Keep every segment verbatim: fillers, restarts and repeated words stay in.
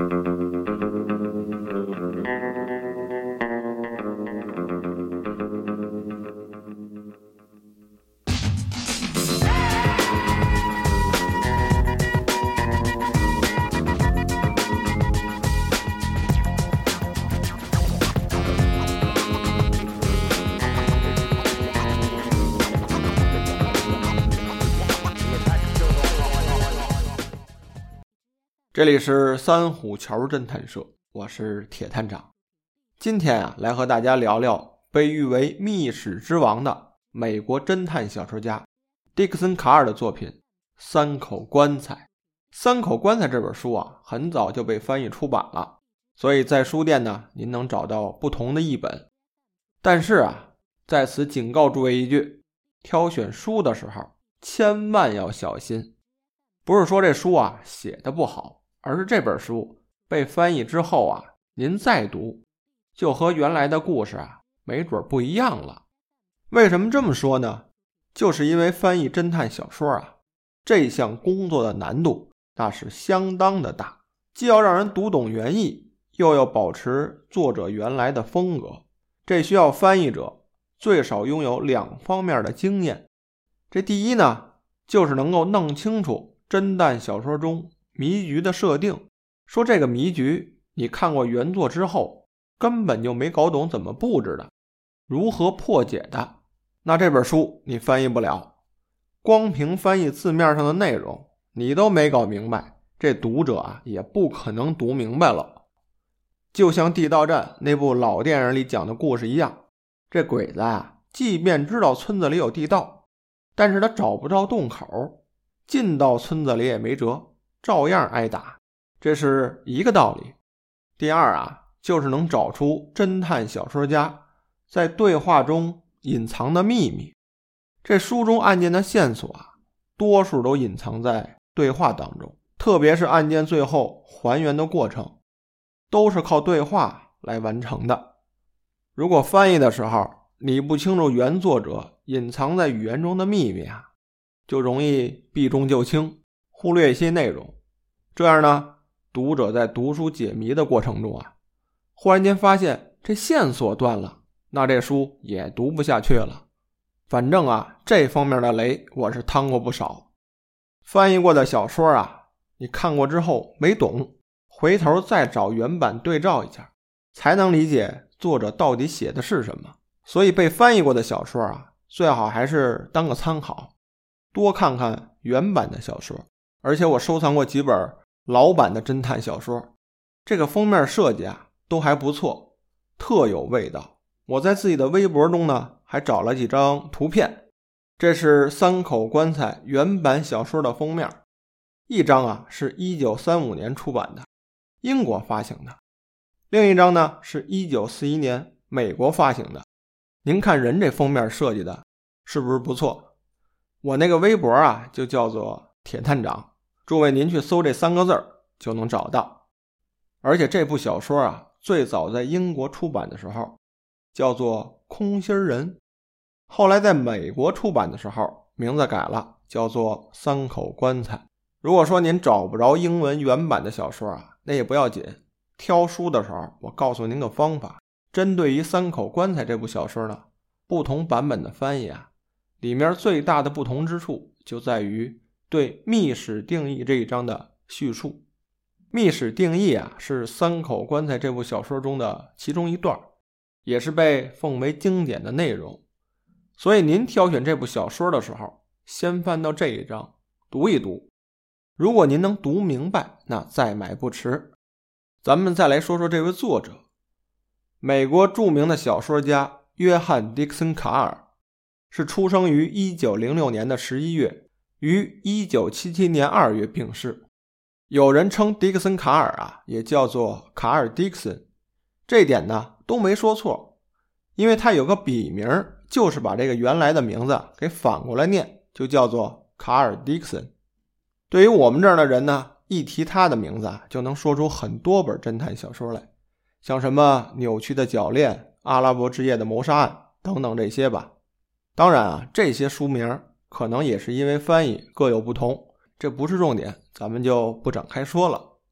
这里是三虎桥侦探社，我是铁探长。今天啊，来和大家聊聊被誉为密室之王的美国侦探小说家迪克森·卡尔的作品《三口棺材》。《三口棺材》这本书啊，很早就被翻译出版了，所以在书店呢，您能找到不同的译本。但是啊，在此警告诸位一句，挑选书的时候千万要小心。不是说这书啊写的不好，而是这本书被翻译之后啊，您再读就和原来的故事啊没准不一样了。为什么这么说呢？就是因为翻译侦探小说啊，这项工作的难度那是相当的大，既要让人读懂原意，又要保持作者原来的风格，这需要翻译者最少拥有两方面的经验。这第一呢，就是能够弄清楚侦探小说中谜局的设定，说这个谜局你看过原作之后根本就没搞懂怎么布置的，如何破解的，那这本书你翻译不了。光凭翻译字面上的内容你都没搞明白，这读者啊也不可能读明白了。就像地道战那部老电影里讲的故事一样，这鬼子啊即便知道村子里有地道，但是他找不着洞口，进到村子里也没辙，照样挨打，这是一个道理。第二啊，就是能找出侦探小说家在对话中隐藏的秘密。这书中案件的线索啊，多数都隐藏在对话当中，特别是案件最后还原的过程，都是靠对话来完成的。如果翻译的时候你不清楚原作者隐藏在语言中的秘密啊，就容易避重就轻，忽略一些内容。这样呢，读者在读书解谜的过程中啊，忽然间发现这线索断了，那这书也读不下去了。反正啊，这方面的雷我是趟过不少。翻译过的小说啊，你看过之后没懂，回头再找原版对照一下，才能理解作者到底写的是什么。所以被翻译过的小说啊，最好还是当个参考，多看看原版的小说。而且我收藏过几本老版的侦探小说，这个封面设计啊都还不错，特有味道。我在自己的微博中呢还找了几张图片，这是三口棺材原版小说的封面，一张啊是一九三五年出版的，英国发行的，另一张呢是一九四一年美国发行的。您看人这封面设计的是不是不错？我那个微博啊就叫做铁探长，诸位您去搜这三个字儿就能找到。而且这部小说啊最早在英国出版的时候叫做空心人，后来在美国出版的时候名字改了，叫做三口棺材。如果说您找不着英文原版的小说啊，那也不要紧，挑书的时候我告诉您个方法。针对于三口棺材这部小说呢，不同版本的翻译啊，里面最大的不同之处就在于对密室定义这一章的叙述。密室定义啊，是三口棺材这部小说中的其中一段，也是被奉为经典的内容。所以您挑选这部小说的时候，先翻到这一章读一读，如果您能读明白，那再买不迟。咱们再来说说这位作者，美国著名的小说家约翰·迪克森·卡尔，是出生于一九零六年的十一月，于一九七七年二月病逝。有人称迪克森·卡尔啊，也叫做卡尔·迪克森，这点呢都没说错，因为他有个笔名，就是把这个原来的名字给反过来念，就叫做卡尔·迪克森。对于我们这儿的人呢，一提他的名字啊，就能说出很多本侦探小说来，像什么扭曲的铰链、阿拉伯之夜的谋杀案等等这些吧。当然啊，这些书名可能也是因为翻译各有不同，这不是重点，咱们就不展开说了。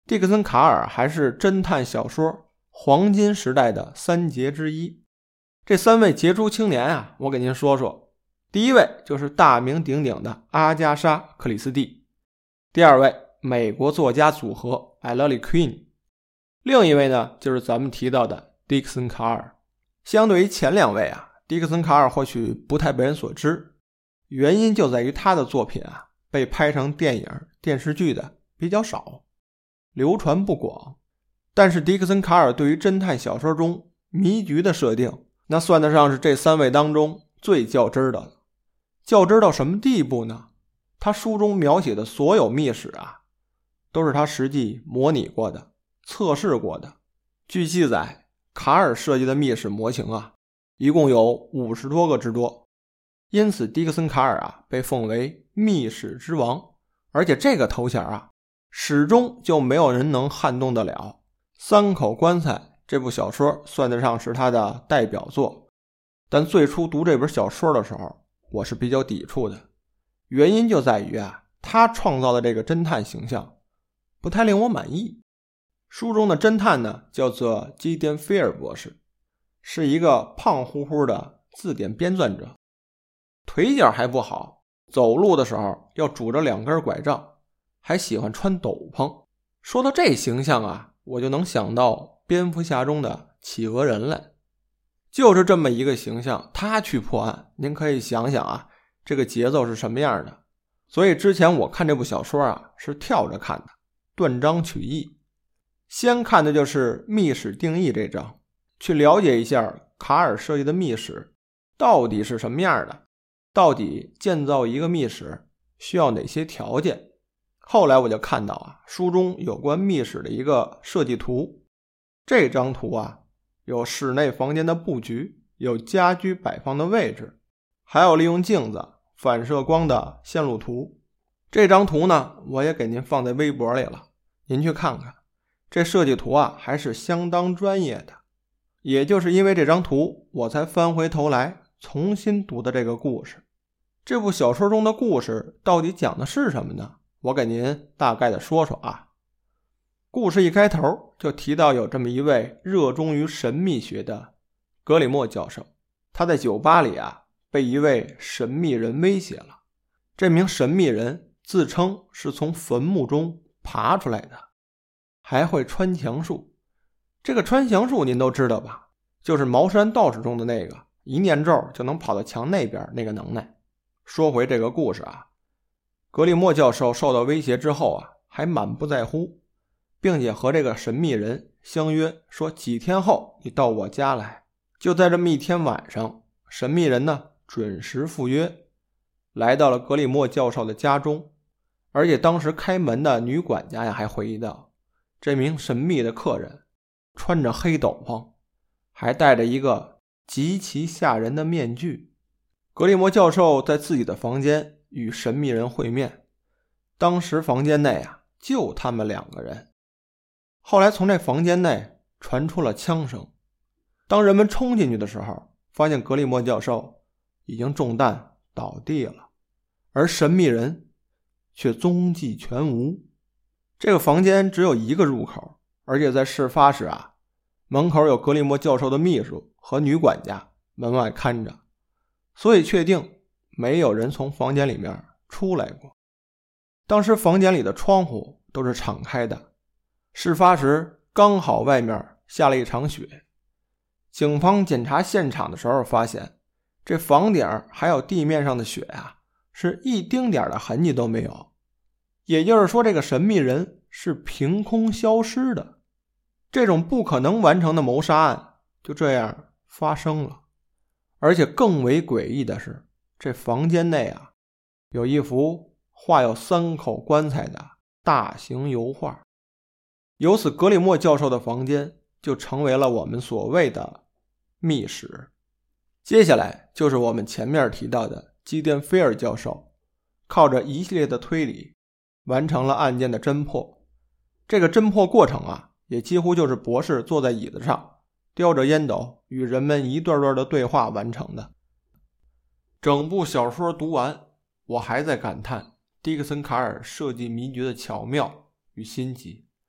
蒂克森·卡尔还是侦探小说黄金时代的三杰之一。这三位杰出青年啊，我给您说说。第一位就是大名鼎鼎的阿加莎·克里斯蒂，第二位美国作家组合艾勒里·奎因，另一位呢就是咱们提到的迪克森·卡尔。相对于前两位啊，迪克森·卡尔或许不太被人所知，原因就在于他的作品啊被拍成电影电视剧的比较少，流传不广。但是迪克森·卡尔对于侦探小说中谜局的设定，那算得上是这三位当中最较真的了。较真到什么地步呢？他书中描写的所有密室啊，都是他实际模拟过的、测试过的。据记载，卡尔设计的密室模型啊，一共有五十多个之多。因此迪克森·卡尔啊被奉为密室之王，而且这个头衔啊始终就没有人能撼动得了。三口棺材这部小说算得上是他的代表作，但最初读这本小说的时候，我是比较抵触的。原因就在于啊，他创造的这个侦探形象不太令我满意。书中的侦探呢，叫做基甸菲尔博士，是一个胖乎乎的字典编纂者，腿脚还不好，走路的时候要拄着两根拐杖，还喜欢穿斗篷。说到这形象啊，我就能想到蝙蝠侠中的企鹅人来。就是这么一个形象，他去破案，您可以想想啊，这个节奏是什么样的。所以之前我看这部小说啊，是跳着看的，断章取义。先看的就是密室定义这章，去了解一下卡尔设计的密室到底是什么样的，到底建造一个密室需要哪些条件。后来我就看到啊，书中有关密室的一个设计图，这张图啊有室内房间的布局，有家居摆放的位置，还有利用镜子反射光的线路图。这张图呢，我也给您放在微博里了，您去看看。这设计图啊，还是相当专业的。也就是因为这张图，我才翻回头来重新读的这个故事。这部小说中的故事到底讲的是什么呢？我给您大概的说说啊。故事一开头就提到有这么一位热衷于神秘学的格里莫教授，他在酒吧里啊被一位神秘人威胁了。这名神秘人自称是从坟墓中爬出来的，还会穿墙术。这个穿墙术您都知道吧，就是茅山道士中的那个一念咒就能跑到墙那边那个能耐。说回这个故事啊，格里莫教授受到威胁之后啊，还满不在乎，并且和这个神秘人相约说几天后你到我家来。就在这么一天晚上，神秘人呢准时赴约，来到了格里莫教授的家中。而且当时开门的女管家呀还回忆到，这名神秘的客人穿着黑斗篷，还戴着一个极其吓人的面具。格里莫教授在自己的房间与神秘人会面，当时房间内啊就他们两个人。后来从这房间内传出了枪声，当人们冲进去的时候，发现格里莫教授已经中弹倒地了，而神秘人却踪迹全无。这个房间只有一个入口，而且在事发时啊，门口有格里莫教授的秘书和女管家门外看着，所以确定没有人从房间里面出来过。当时房间里的窗户都是敞开的，事发时刚好外面下了一场雪。警方检查现场的时候发现，这房顶还有地面上的雪啊，是一丁点的痕迹都没有。也就是说，这个神秘人是凭空消失的。这种不可能完成的谋杀案就这样发生了。而且更为诡异的是，这房间内啊有一幅画有三口棺材的大型油画。由此格里莫教授的房间就成为了我们所谓的密室。接下来就是我们前面提到的基甸菲尔教授，靠着一系列的推理完成了案件的侦破。这个侦破过程啊，也几乎就是博士坐在椅子上叼着烟斗与人们一段段的对话完成的。整部小说读完，我还在感叹迪克森·卡尔设计谜局的巧妙与心机，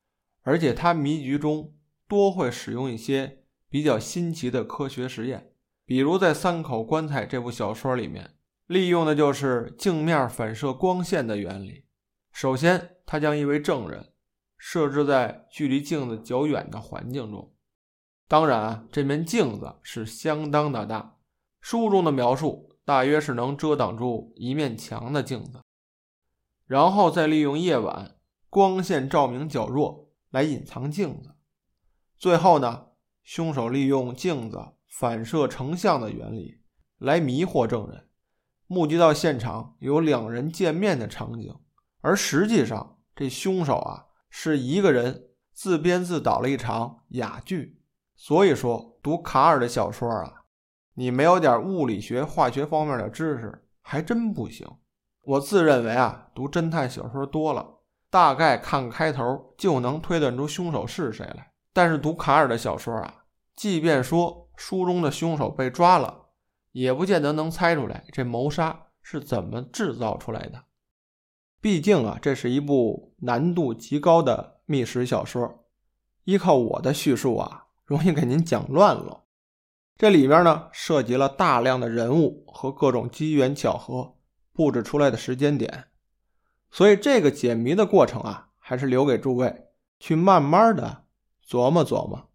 而且他迷局中多会使用一些比较新奇的科学实验，比如在《三口棺材》这部小说里面，利用的就是镜面反射光线的原理。首先，他将一位证人设置在距离镜子较远的环境中，当然啊，这面镜子是相当的大，书中的描述大约是能遮挡住一面墙的镜子。然后再利用夜晚光线照明较弱来隐藏镜子。最后呢，凶手利用镜子反射成像的原理来迷惑证人，目击到现场有两人见面的场景，而实际上这凶手啊是一个人自编自导了一场哑剧。所以说读卡尔的小说啊，你没有点物理学化学方面的知识还真不行。我自认为啊，读侦探小说多了，大概看开头就能推断出凶手是谁来。但是读卡尔的小说啊，即便说书中的凶手被抓了，也不见得能猜出来这谋杀是怎么制造出来的。毕竟啊，这是一部难度极高的密室小说，依靠我的叙述啊，容易给您讲乱了。这里面呢，涉及了大量的人物和各种机缘巧合布置出来的时间点，所以这个解谜的过程啊，还是留给诸位去慢慢的琢磨琢磨。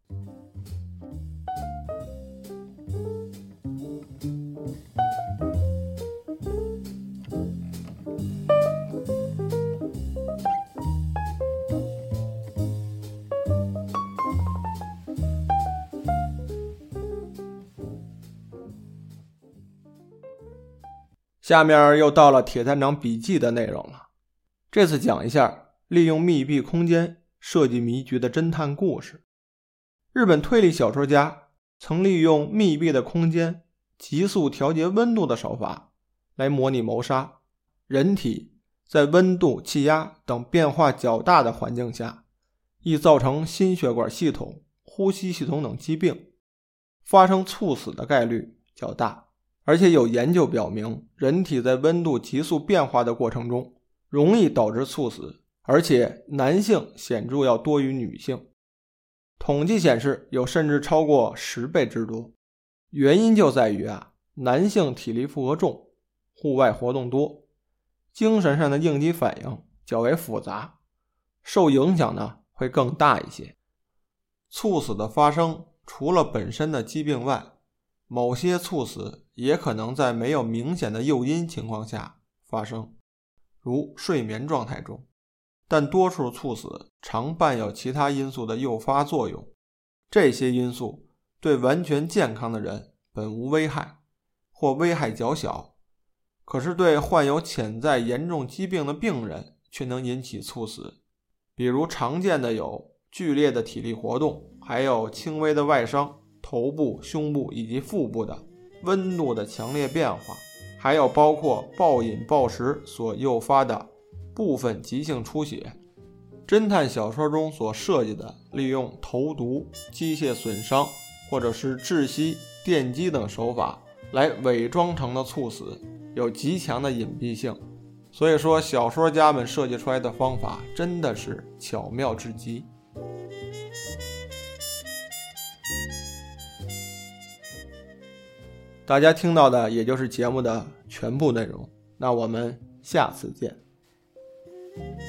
下面又到了铁探长笔记的内容了。这次讲一下利用密闭空间设计迷局的侦探故事。日本推理小说家曾利用密闭的空间急速调节温度的手法来模拟谋杀。人体在温度、气压等变化较大的环境下，易造成心血管系统、呼吸系统等疾病，发生猝死的概率较大。而且有研究表明，人体在温度急速变化的过程中容易导致猝死，而且男性显著要多于女性。统计显示有甚至超过十倍之多。原因就在于啊，男性体力负荷重，户外活动多，精神上的应激反应较为复杂，受影响呢会更大一些。猝死的发生除了本身的疾病外，某些猝死也可能在没有明显的诱因情况下发生，如睡眠状态中，但多数猝死常伴有其他因素的诱发作用，这些因素对完全健康的人本无危害，或危害较小，可是对患有潜在严重疾病的病人却能引起猝死。比如常见的有剧烈的体力活动，还有轻微的外伤，头部、胸部以及腹部的温度的强烈变化，还有包括暴饮暴食所诱发的部分急性出血。侦探小说中所设计的利用投毒、机械损伤或者是窒息、电击等手法来伪装成的猝死有极强的隐蔽性，所以说小说家们设计出来的方法真的是巧妙至极。大家听到的也就是节目的全部内容，那我们下次见。